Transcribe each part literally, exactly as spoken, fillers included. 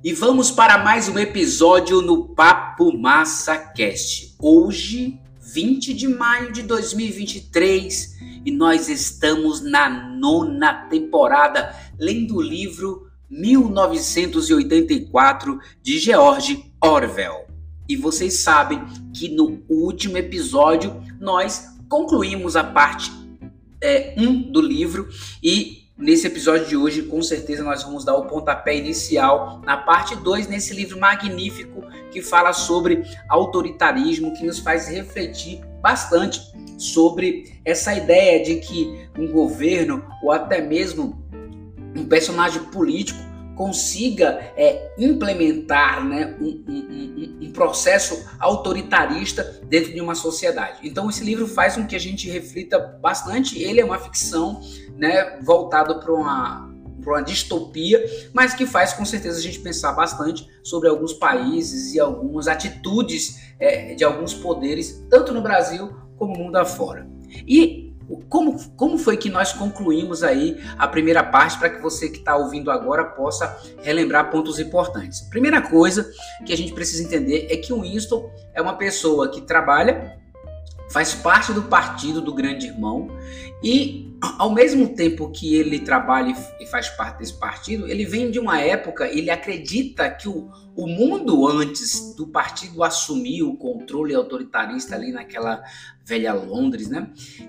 E vamos para mais um episódio no Papo Massa Cast. Hoje, vinte de maio de dois mil e vinte e três, e nós estamos na nona temporada, lendo o livro mil novecentos e oitenta e quatro de George Orwell. E vocês sabem que no último episódio nós concluímos a parte é, um do livro e nesse episódio de hoje, com certeza, nós vamos dar o pontapé inicial na parte dois, nesse livro magnífico que fala sobre autoritarismo, que nos faz refletir bastante sobre essa ideia de que um governo ou até mesmo um personagem político consiga é, implementar, né, um, um, um, um processo autoritarista dentro de uma sociedade. Então esse livro faz com que a gente reflita bastante. Ele é uma ficção, né, voltado para uma, para uma distopia, mas que faz com certeza a gente pensar bastante sobre alguns países e algumas atitudes é, de alguns poderes, tanto no Brasil como no mundo afora. E Como, como foi que nós concluímos aí a primeira parte para que você que está ouvindo agora possa relembrar pontos importantes? Primeira coisa que a gente precisa entender é que o Winston é uma pessoa que trabalha, faz parte do partido do grande irmão e ao mesmo tempo que ele trabalha e faz parte desse partido, ele vem de uma época, ele acredita que o, o mundo antes do partido assumir o controle autoritarista ali naquela velha Londres, né?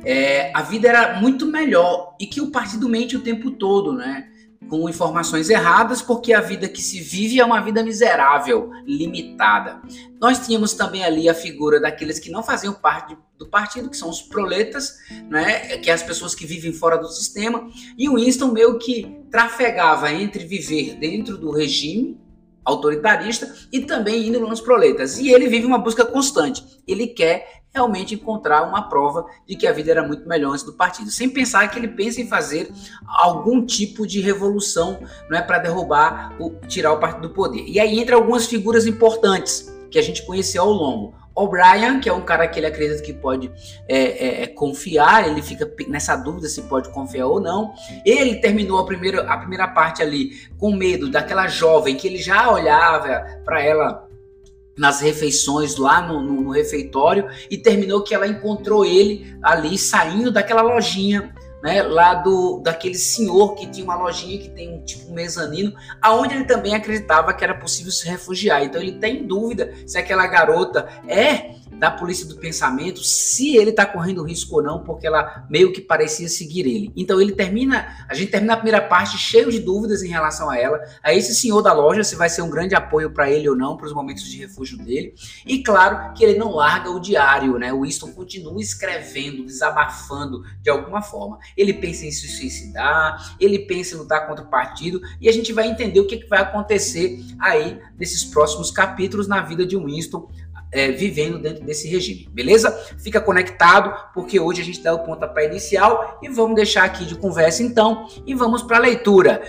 É, a vida era muito melhor e que o partido mente o tempo todo, né? Com informações erradas, porque a vida que se vive é uma vida miserável, limitada. Nós tínhamos também ali a figura daqueles que não faziam parte do partido, que são os proletas, né? Que é as pessoas que vivem fora do sistema, e o Winston meio que trafegava entre viver dentro do regime autoritarista e também indo nos proletas. E ele vive uma busca constante. Ele quer realmente encontrar uma prova de que a vida era muito melhor antes do partido, sem pensar que ele pensa em fazer algum tipo de revolução, não é, para derrubar, o, tirar o partido do poder. E aí entra algumas figuras importantes que a gente conheceu ao longo. O'Brien, que é um cara que ele acredita que pode é, é, confiar, ele fica nessa dúvida se pode confiar ou não. Ele terminou a primeira, a primeira parte ali com medo daquela jovem que ele já olhava para ela nas refeições lá no, no, no refeitório, e terminou que ela encontrou ele ali saindo daquela lojinha, né, lá do, daquele senhor que tinha uma lojinha que tem um tipo um mezanino, aonde ele também acreditava que era possível se refugiar. Então ele tem dúvida se aquela garota é da polícia do pensamento, se ele está correndo risco ou não, porque ela meio que parecia seguir ele. Então ele termina, a gente termina a primeira parte cheio de dúvidas em relação a ela, a esse senhor da loja, se vai ser um grande apoio para ele ou não, para os momentos de refúgio dele. E claro que ele não larga o diário, né? O Winston continua escrevendo, desabafando de alguma forma. Ele pensa em se suicidar, ele pensa em lutar contra o partido, e a gente vai entender o que, que vai acontecer aí nesses próximos capítulos na vida de Winston, É, vivendo dentro desse regime, beleza? Fica conectado, porque hoje a gente dá o pontapé inicial e vamos deixar aqui de conversa então e vamos para a leitura.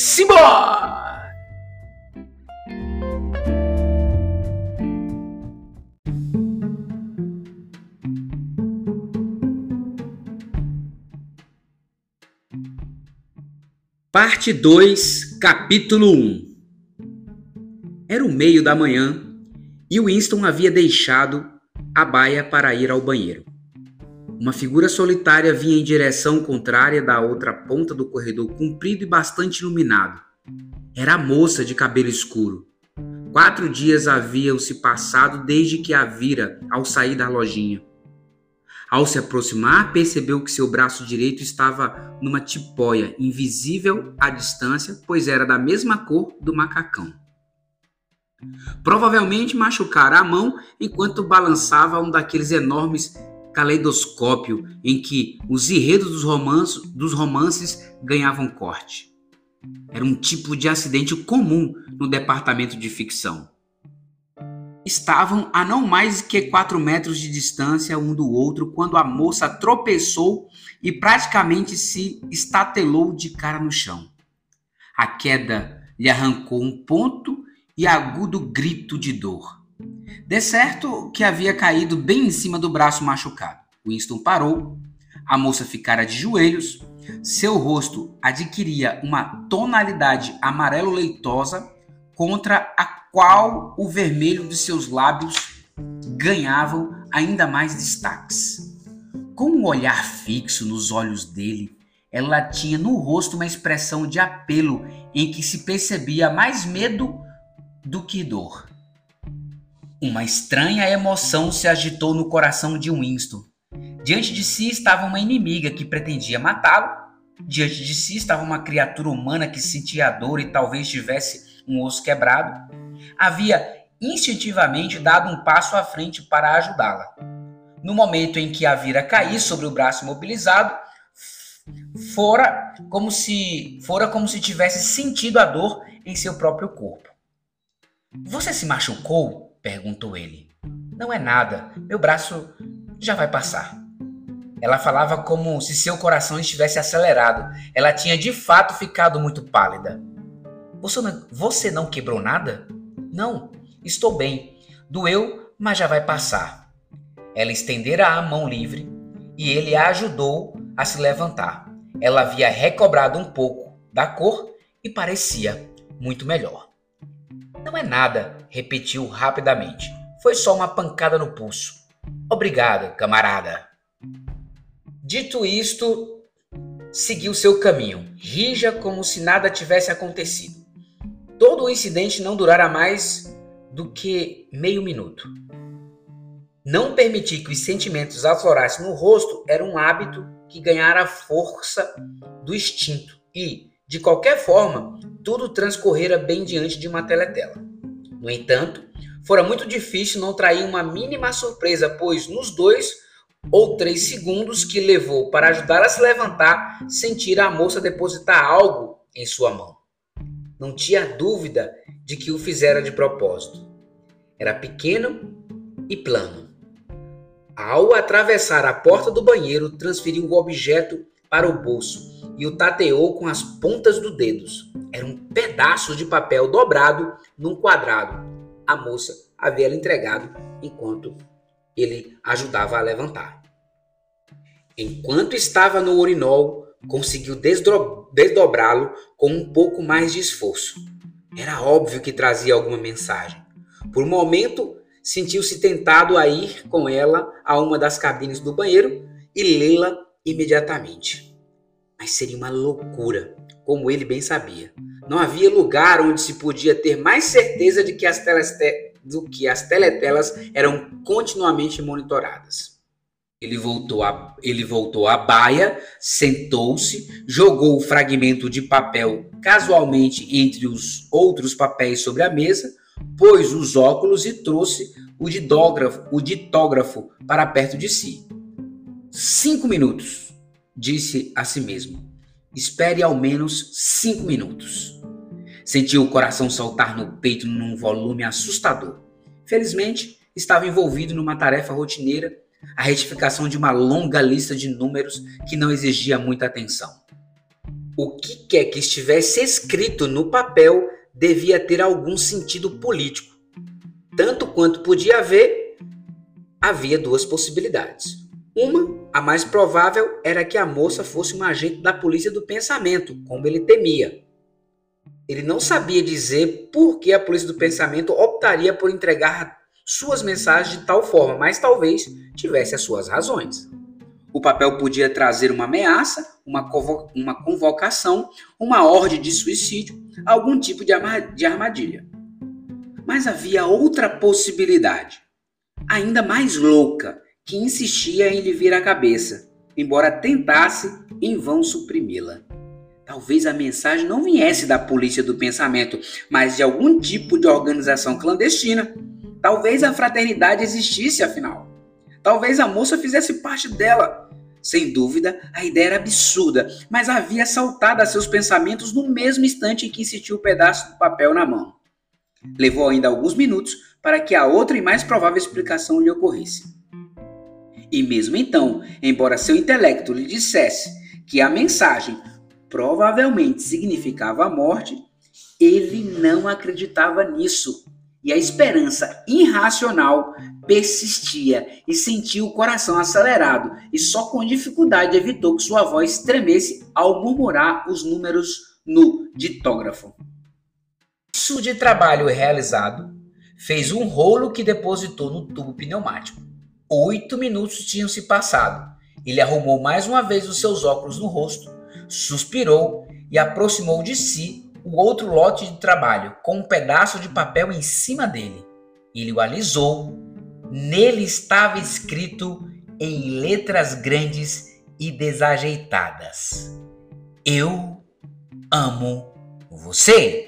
Simbora! Parte dois, capítulo um. Era o meio da manhã e Winston havia deixado a baia para ir ao banheiro. Uma figura solitária vinha em direção contrária da outra ponta do corredor comprido e bastante iluminado. Era a moça de cabelo escuro. Quatro dias haviam se passado desde que a vira ao sair da lojinha. Ao se aproximar, percebeu que seu braço direito estava numa tipóia, invisível à distância, pois era da mesma cor do macacão. Provavelmente machucara a mão enquanto balançava um daqueles enormes caleidoscópios em que os enredos dos romances, dos romances ganhavam corte. Era um tipo de acidente comum no departamento de ficção. Estavam a não mais que quatro metros de distância um do outro quando a moça tropeçou e praticamente se estatelou de cara no chão. A queda lhe arrancou um ponto e agudo grito de dor. De certo que havia caído bem em cima do braço machucado. Winston parou, a moça ficara de joelhos, seu rosto adquiria uma tonalidade amarelo-leitosa, contra a qual o vermelho de seus lábios ganhavam ainda mais destaques. Com um olhar fixo nos olhos dele, ela tinha no rosto uma expressão de apelo em que se percebia mais medo do que dor. Uma estranha emoção se agitou no coração de Winston. Diante de si estava uma inimiga que pretendia matá-lo. Diante de si estava uma criatura humana que sentia a dor e talvez tivesse um osso quebrado. Havia instintivamente dado um passo à frente para ajudá-la. No momento em que a vira cair sobre o braço imobilizado, fora como se, fora como se tivesse sentido a dor em seu próprio corpo. "Você se machucou?" perguntou ele. "Não é nada, meu braço já vai passar." Ela falava como se seu coração estivesse acelerado. Ela tinha de fato ficado muito pálida. Você não, você não quebrou nada?" "Não, estou bem. Doeu, mas já vai passar." Ela estendera a mão livre e ele a ajudou a se levantar. Ela havia recobrado um pouco da cor e parecia muito melhor. "Não é nada", repetiu rapidamente. "Foi só uma pancada no pulso. Obrigado, camarada." Dito isto, seguiu seu caminho, rija como se nada tivesse acontecido. Todo o incidente não durara mais do que meio minuto. Não permitir que os sentimentos aflorassem no rosto era um hábito que ganhara a força do instinto e, de qualquer forma, tudo transcorrera bem diante de uma teletela. No entanto, fora muito difícil não trair uma mínima surpresa, pois nos dois ou três segundos que levou para ajudar a se levantar, sentira a moça depositar algo em sua mão. Não tinha dúvida de que o fizera de propósito. Era pequeno e plano. Ao atravessar a porta do banheiro, transferiu o objeto para o bolso e o tateou com as pontas dos dedos. Era um pedaço de papel dobrado num quadrado. A moça havia lhe entregado enquanto ele ajudava a levantar. Enquanto estava no urinol, conseguiu desdro- desdobrá-lo com um pouco mais de esforço. Era óbvio que trazia alguma mensagem. Por um momento, sentiu-se tentado a ir com ela a uma das cabines do banheiro e lê-la imediatamente. Mas seria uma loucura, como ele bem sabia. Não havia lugar onde se podia ter mais certeza de que as, teleste... do que as teletelas eram continuamente monitoradas. Ele voltou, a... ele voltou à baia, sentou-se, jogou o fragmento de papel casualmente entre os outros papéis sobre a mesa, pôs os óculos e trouxe o ditógrafo, o ditógrafo para perto de si. Cinco minutos, disse a si mesmo. Espere ao menos cinco minutos. Sentiu o coração saltar no peito num volume assustador. Felizmente, estava envolvido numa tarefa rotineira, a retificação de uma longa lista de números que não exigia muita atenção. O que quer que estivesse escrito no papel devia ter algum sentido político. Tanto quanto podia haver, havia duas possibilidades. Uma, a mais provável, era que a moça fosse uma agente da polícia do pensamento, como ele temia. Ele não sabia dizer por que a polícia do pensamento optaria por entregar suas mensagens de tal forma, mas talvez tivesse as suas razões. O papel podia trazer uma ameaça, uma, convo- uma convocação, uma ordem de suicídio, algum tipo de, arma- de armadilha. Mas havia outra possibilidade, ainda mais louca, que insistia em lhe vir à cabeça, embora tentasse em vão suprimi-la. Talvez a mensagem não viesse da polícia do pensamento, mas de algum tipo de organização clandestina. Talvez a fraternidade existisse, afinal. Talvez a moça fizesse parte dela. Sem dúvida, a ideia era absurda, mas havia saltado a seus pensamentos no mesmo instante em que sentiu o pedaço do papel na mão. Levou ainda alguns minutos para que a outra e mais provável explicação lhe ocorresse. E mesmo então, embora seu intelecto lhe dissesse que a mensagem provavelmente significava a morte, ele não acreditava nisso. E a esperança irracional persistia e sentiu o coração acelerado e só com dificuldade evitou que sua voz tremesse ao murmurar os números no ditógrafo. Isso de trabalho realizado, fez um rolo que depositou no tubo pneumático. Oito minutos tinham se passado. Ele arrumou mais uma vez os seus óculos no rosto, suspirou e aproximou de si o outro lote de trabalho, com um pedaço de papel em cima dele. Ele o alisou. Nele estava escrito em letras grandes e desajeitadas: Eu amo você.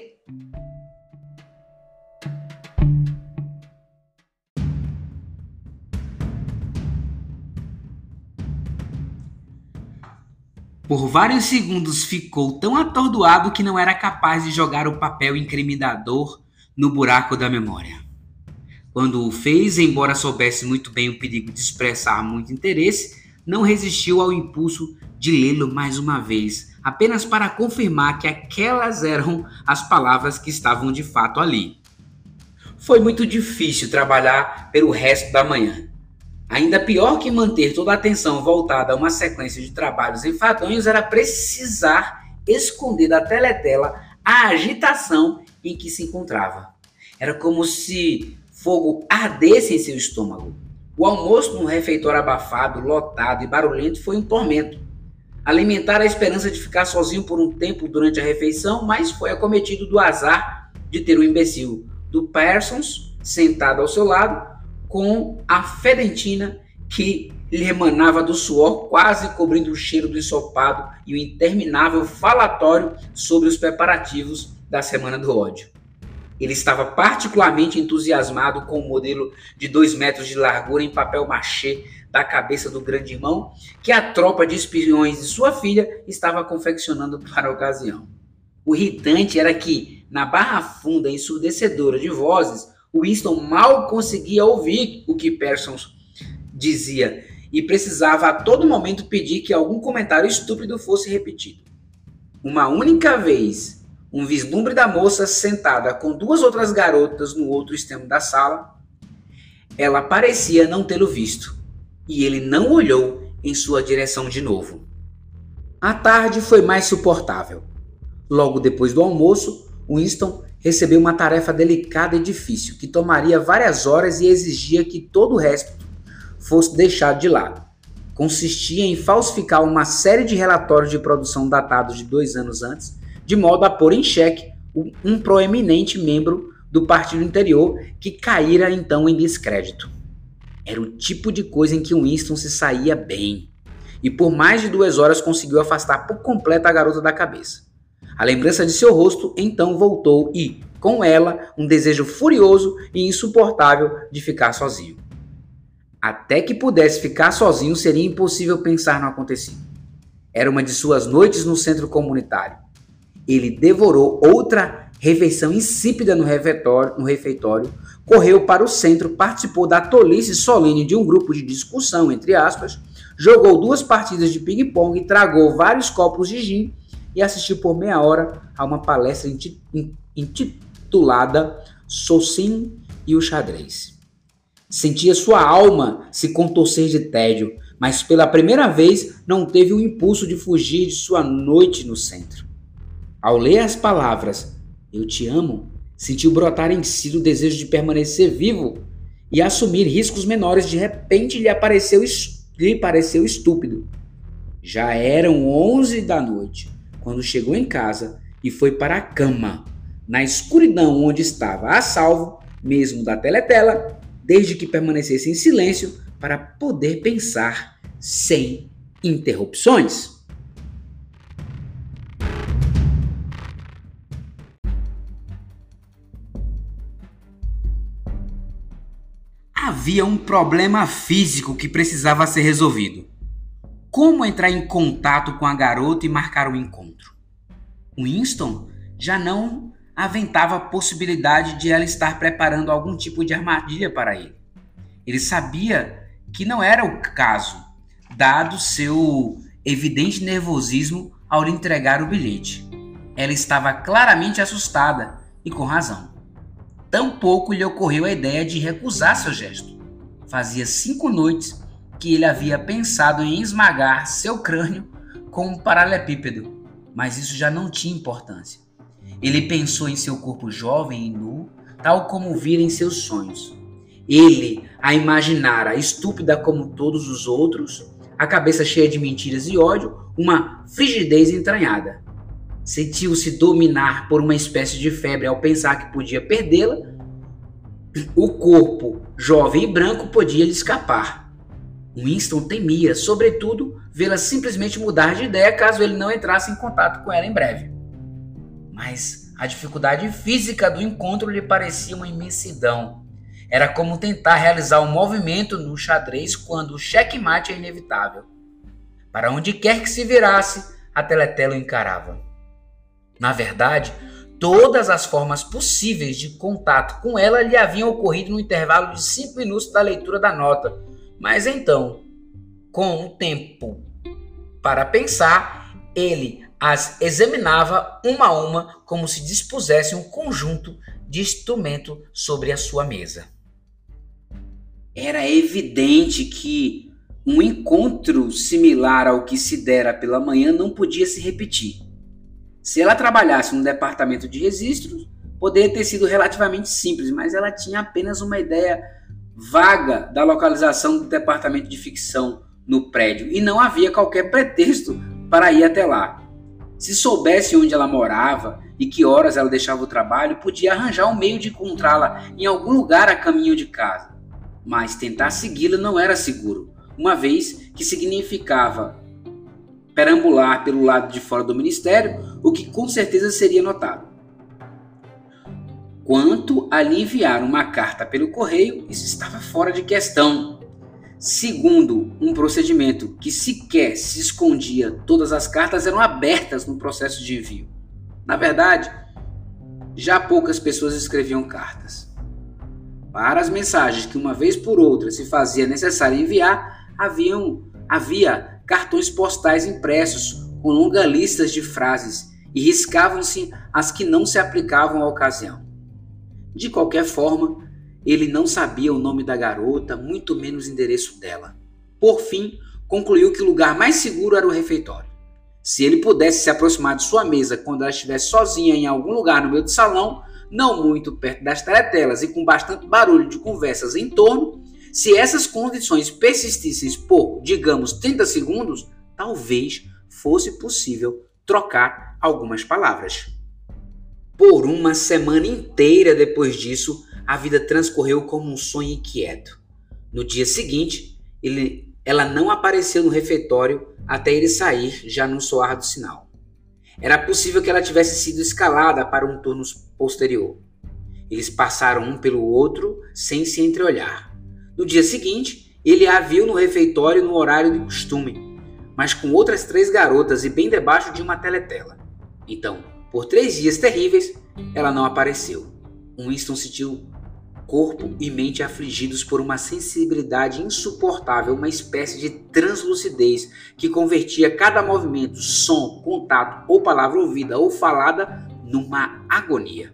Por vários segundos ficou tão atordoado que não era capaz de jogar o papel incriminador no buraco da memória. Quando o fez, embora soubesse muito bem o perigo de expressar muito interesse, não resistiu ao impulso de lê-lo mais uma vez, apenas para confirmar que aquelas eram as palavras que estavam de fato ali. Foi muito difícil trabalhar pelo resto da manhã. Ainda pior que manter toda a atenção voltada a uma sequência de trabalhos enfadonhos era precisar esconder da teletela a agitação em que se encontrava. Era como se fogo ardesse em seu estômago. O almoço num refeitório abafado, lotado e barulhento foi um tormento. Alimentar a esperança de ficar sozinho por um tempo durante a refeição, mas foi acometido do azar de ter o imbecil do Parsons sentado ao seu lado, com a fedentina que lhe emanava do suor, quase cobrindo o cheiro do ensopado e o interminável falatório sobre os preparativos da Semana do Ódio. Ele estava particularmente entusiasmado com o modelo de dois metros de largura em papel machê da cabeça do grande irmão que a tropa de espiões de sua filha estava confeccionando para a ocasião. O irritante era que, na barra funda e ensurdecedora de vozes, Winston mal conseguia ouvir o que Parsons dizia e precisava a todo momento pedir que algum comentário estúpido fosse repetido. Uma única vez, um vislumbre da moça sentada com duas outras garotas no outro extremo da sala, ela parecia não tê-lo visto, e ele não olhou em sua direção de novo. A tarde foi mais suportável. Logo depois do almoço, Winston recebeu uma tarefa delicada e difícil, que tomaria várias horas e exigia que todo o resto fosse deixado de lado. Consistia em falsificar uma série de relatórios de produção datados de dois anos antes, de modo a pôr em xeque um proeminente membro do partido interior que caíra então em descrédito. Era o tipo de coisa em que Winston se saía bem, e por mais de duas horas conseguiu afastar por completo a garota da cabeça. A lembrança de seu rosto então voltou e, com ela, um desejo furioso e insuportável de ficar sozinho. Até que pudesse ficar sozinho, seria impossível pensar no acontecido. Era uma de suas noites no centro comunitário. Ele devorou outra refeição insípida no refeitório, no refeitório, correu para o centro, participou da tolice solene de um grupo de discussão, entre aspas, jogou duas partidas de ping-pong, tragou vários copos de gin e assistiu por meia hora a uma palestra intitulada Sosin e o xadrez. Sentia sua alma se contorcer de tédio, mas pela primeira vez não teve o impulso de fugir de sua noite no centro. Ao ler as palavras "Eu te amo", sentiu brotar em si o desejo de permanecer vivo e assumir riscos menores. De repente lhe, apareceu, lhe pareceu estúpido. Já eram onze da noite. Quando chegou em casa e foi para a cama, na escuridão onde estava a salvo, mesmo da teletela, desde que permanecesse em silêncio para poder pensar sem interrupções. Havia um problema físico que precisava ser resolvido. Como entrar em contato com a garota e marcar o encontro? Winston já não aventava a possibilidade de ela estar preparando algum tipo de armadilha para ele. Ele sabia que não era o caso, dado seu evidente nervosismo ao lhe entregar o bilhete. Ela estava claramente assustada e com razão. Tampouco lhe ocorreu a ideia de recusar seu gesto. Fazia cinco noites que ele havia pensado em esmagar seu crânio com um paralelepípedo, mas isso já não tinha importância. Ele pensou em seu corpo jovem e nu, tal como vira em seus sonhos. Ele a imaginara estúpida como todos os outros, a cabeça cheia de mentiras e ódio, uma frigidez entranhada. Sentiu-se dominar por uma espécie de febre ao pensar que podia perdê-la. O corpo, jovem e branco, podia lhe escapar. Winston temia, sobretudo, vê-la simplesmente mudar de ideia caso ele não entrasse em contato com ela em breve. Mas a dificuldade física do encontro lhe parecia uma imensidão. Era como tentar realizar um movimento no xadrez quando o checkmate é inevitável. Para onde quer que se virasse, a Teletela o encarava. Na verdade, todas as formas possíveis de contato com ela lhe haviam ocorrido no intervalo de cinco minutos da leitura da nota. Mas então, com o tempo para pensar, ele as examinava uma a uma como se dispusesse um conjunto de instrumento sobre a sua mesa. Era evidente que um encontro similar ao que se dera pela manhã não podia se repetir. Se ela trabalhasse no departamento de registros, poderia ter sido relativamente simples, mas ela tinha apenas uma ideia vaga da localização do departamento de ficção no prédio e não havia qualquer pretexto para ir até lá. Se soubesse onde ela morava e que horas ela deixava o trabalho, podia arranjar um meio de encontrá-la em algum lugar a caminho de casa. Mas tentar segui-la não era seguro, uma vez que significava perambular pelo lado de fora do ministério, o que com certeza seria notado. Quanto a lhe enviar uma carta pelo correio, isso estava fora de questão. Segundo um procedimento que sequer se escondia, todas as cartas eram abertas no processo de envio. Na verdade, já poucas pessoas escreviam cartas. Para as mensagens que uma vez por outra se fazia necessário enviar, haviam, havia cartões postais impressos com longas listas de frases e riscavam-se as que não se aplicavam à ocasião. De qualquer forma, ele não sabia o nome da garota, muito menos o endereço dela. Por fim, concluiu que o lugar mais seguro era o refeitório. Se ele pudesse se aproximar de sua mesa quando ela estivesse sozinha em algum lugar no meio do salão, não muito perto das teletelas e com bastante barulho de conversas em torno, se essas condições persistissem por, digamos, trinta segundos, talvez fosse possível trocar algumas palavras. Por uma semana inteira depois disso, a vida transcorreu como um sonho inquieto. No dia seguinte, ele, ela não apareceu no refeitório até ele sair já no soar do sinal. Era possível que ela tivesse sido escalada para um turno posterior. Eles passaram um pelo outro sem se entreolhar. No dia seguinte, ele a viu no refeitório no horário de costume, mas com outras três garotas e bem debaixo de uma teletela. Então, por três dias terríveis, ela não apareceu. Winston sentiu corpo e mente afligidos por uma sensibilidade insuportável, uma espécie de translucidez que convertia cada movimento, som, contato ou palavra ouvida ou falada numa agonia.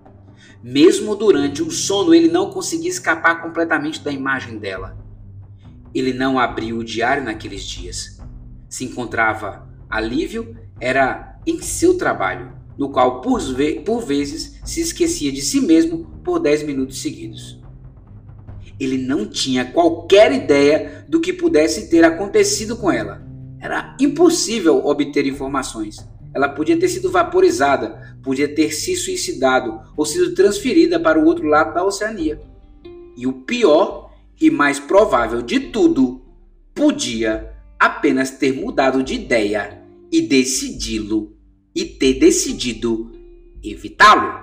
Mesmo durante o sono, ele não conseguia escapar completamente da imagem dela. Ele não abriu o diário naqueles dias. Se encontrava alívio, era em seu trabalho, no qual por, ve- por vezes se esquecia de si mesmo por dez minutos seguidos. Ele não tinha qualquer ideia do que pudesse ter acontecido com ela. Era impossível obter informações. Ela podia ter sido vaporizada, podia ter se suicidado ou sido transferida para o outro lado da Oceania. E o pior e mais provável de tudo, podia apenas ter mudado de ideia e decidi-lo e ter decidido evitá-lo.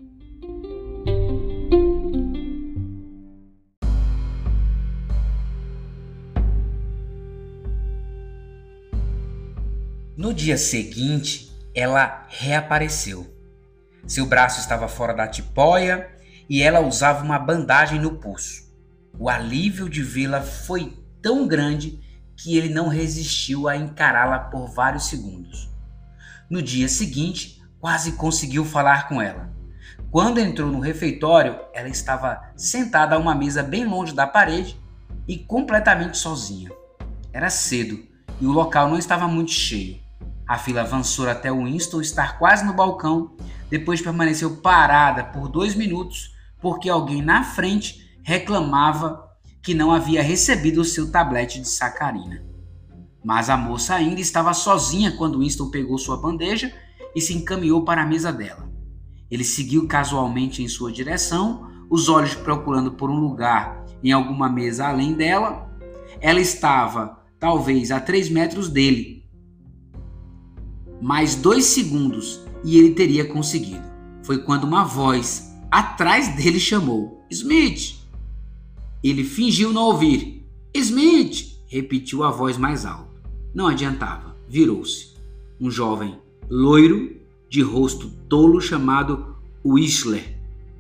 No dia seguinte, ela reapareceu. Seu braço estava fora da tipóia e ela usava uma bandagem no pulso. O alívio de vê-la foi tão grande que ele não resistiu a encará-la por vários segundos. No dia seguinte, quase conseguiu falar com ela. Quando entrou no refeitório, ela estava sentada a uma mesa bem longe da parede e completamente sozinha. Era cedo e o local não estava muito cheio. A fila avançou até o Winston estar quase no balcão, depois permaneceu parada por dois minutos porque alguém na frente reclamava que não havia recebido o seu tablete de sacarina. Mas a moça ainda estava sozinha quando Winston pegou sua bandeja e se encaminhou para a mesa dela. Ele seguiu casualmente em sua direção, os olhos procurando por um lugar em alguma mesa além dela. Ela estava, talvez, a três metros dele. Mais dois segundos e ele teria conseguido. Foi quando uma voz atrás dele chamou: Smith! Ele fingiu não ouvir. Smith! Repetiu a voz mais alto. Não adiantava. Virou-se. Um jovem loiro, de rosto tolo, chamado Whistler,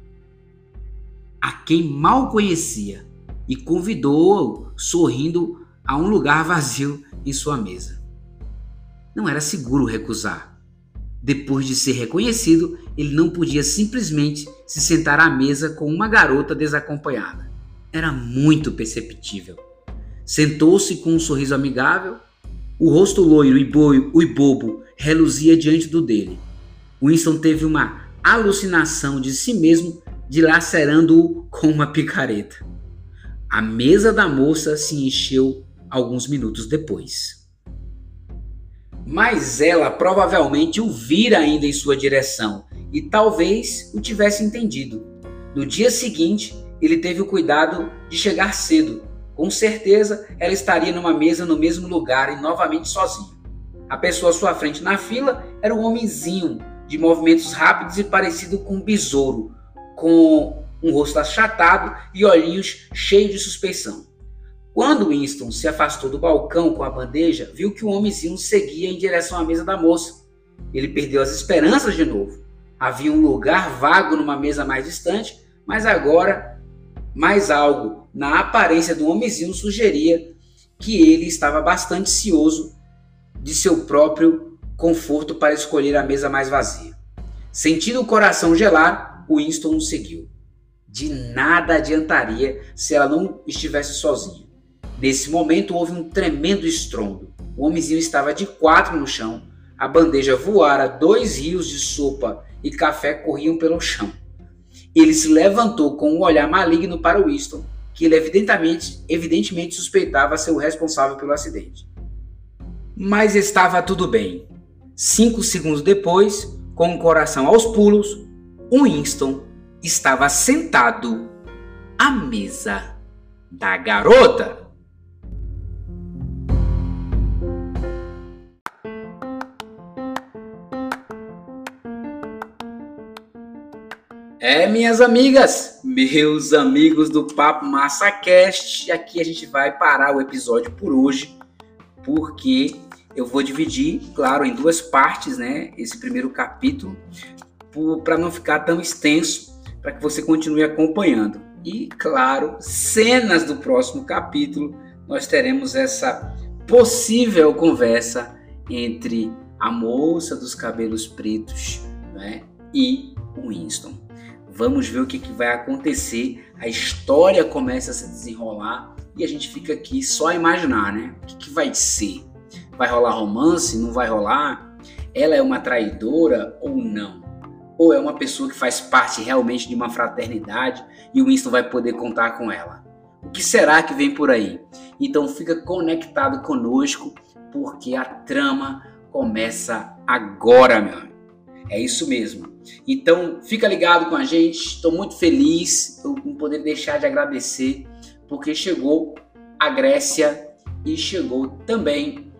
a quem mal conhecia, e convidou-o, sorrindo, a um lugar vazio em sua mesa. Não era seguro recusar. Depois de ser reconhecido, ele não podia simplesmente se sentar à mesa com uma garota desacompanhada. Era muito perceptível. Sentou-se com um sorriso amigável. O rosto loiro e, bo- e bobo reluzia diante do dele. Winston teve uma alucinação de si mesmo, dilacerando-o com uma picareta. A mesa da moça se encheu alguns minutos depois. Mas ela provavelmente o vira ainda em sua direção e talvez o tivesse entendido. No dia seguinte, ele teve o cuidado de chegar cedo. Com certeza, ela estaria numa mesa no mesmo lugar e novamente sozinha. A pessoa à sua frente na fila era um homenzinho de movimentos rápidos e parecido com um besouro, com um rosto achatado e olhinhos cheios de suspeição. Quando Winston se afastou do balcão com a bandeja, viu que o homenzinho seguia em direção à mesa da moça. Ele perdeu as esperanças de novo. Havia um lugar vago numa mesa mais distante, mas agora mais algo na aparência do homenzinho sugeria que ele estava bastante cioso de seu próprio conforto para escolher a mesa mais vazia. Sentindo o coração gelar, Winston o seguiu. De nada adiantaria se ela não estivesse sozinha. Nesse momento houve um tremendo estrondo. O homenzinho estava de quatro no chão. A bandeja voara, dois rios de sopa e café corriam pelo chão. Ele se levantou com um olhar maligno para Winston, que ele evidentemente, evidentemente suspeitava ser o responsável pelo acidente. Mas estava tudo bem. Cinco segundos depois, com o coração aos pulos, Winston estava sentado à mesa da garota. É, minhas amigas, meus amigos do Papo Massa Cast, aqui a gente vai parar o episódio por hoje, porque eu vou dividir, claro, em duas partes, né, esse primeiro capítulo, para não ficar tão extenso, para que você continue acompanhando. E, claro, cenas do próximo capítulo, nós teremos essa possível conversa entre a moça dos cabelos pretos, né, e o Winston. Vamos ver o que, que vai acontecer. A história começa a se desenrolar e a gente fica aqui só a imaginar, né? O que, que vai ser? Vai rolar romance? Não vai rolar? Ela é uma traidora ou não? Ou é uma pessoa que faz parte realmente de uma fraternidade e o Winston vai poder contar com ela? O que será que vem por aí? Então fica conectado conosco, porque a trama começa agora, meu amigo. É isso mesmo. Então, fica ligado com a gente. Estou muito feliz em não poder deixar de agradecer, porque chegou a Grécia e chegou também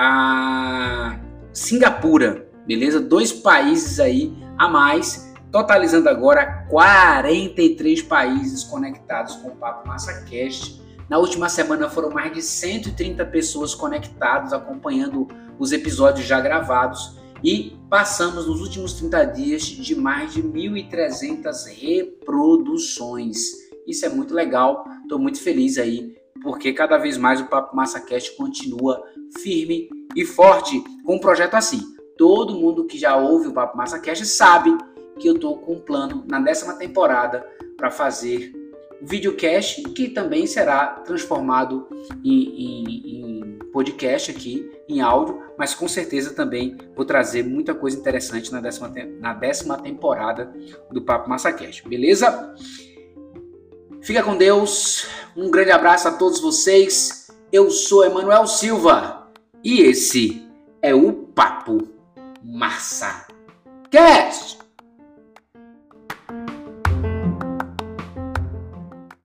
a Singapura, beleza? Dois países aí a mais, totalizando agora quarenta e três países conectados com o Papo Massa Cast. Na última semana foram mais de cento e trinta pessoas conectadas, acompanhando os episódios já gravados. E passamos nos últimos trinta dias de mais de mil e trezentas reproduções. Isso é muito legal, estou muito feliz aí, porque cada vez mais o Papo Massa Cast continua firme e forte com um projeto assim. Todo mundo que já ouve o Papo Massa Cast sabe que eu estou com um plano na décima temporada para fazer um videocast que também será transformado em, em, em podcast aqui em áudio, mas com certeza também vou trazer muita coisa interessante na décima, na décima temporada do Papo MassaCast, beleza? Fica com Deus, um grande abraço a todos vocês, eu sou Emanuel Silva e esse é o Papo MassaCast.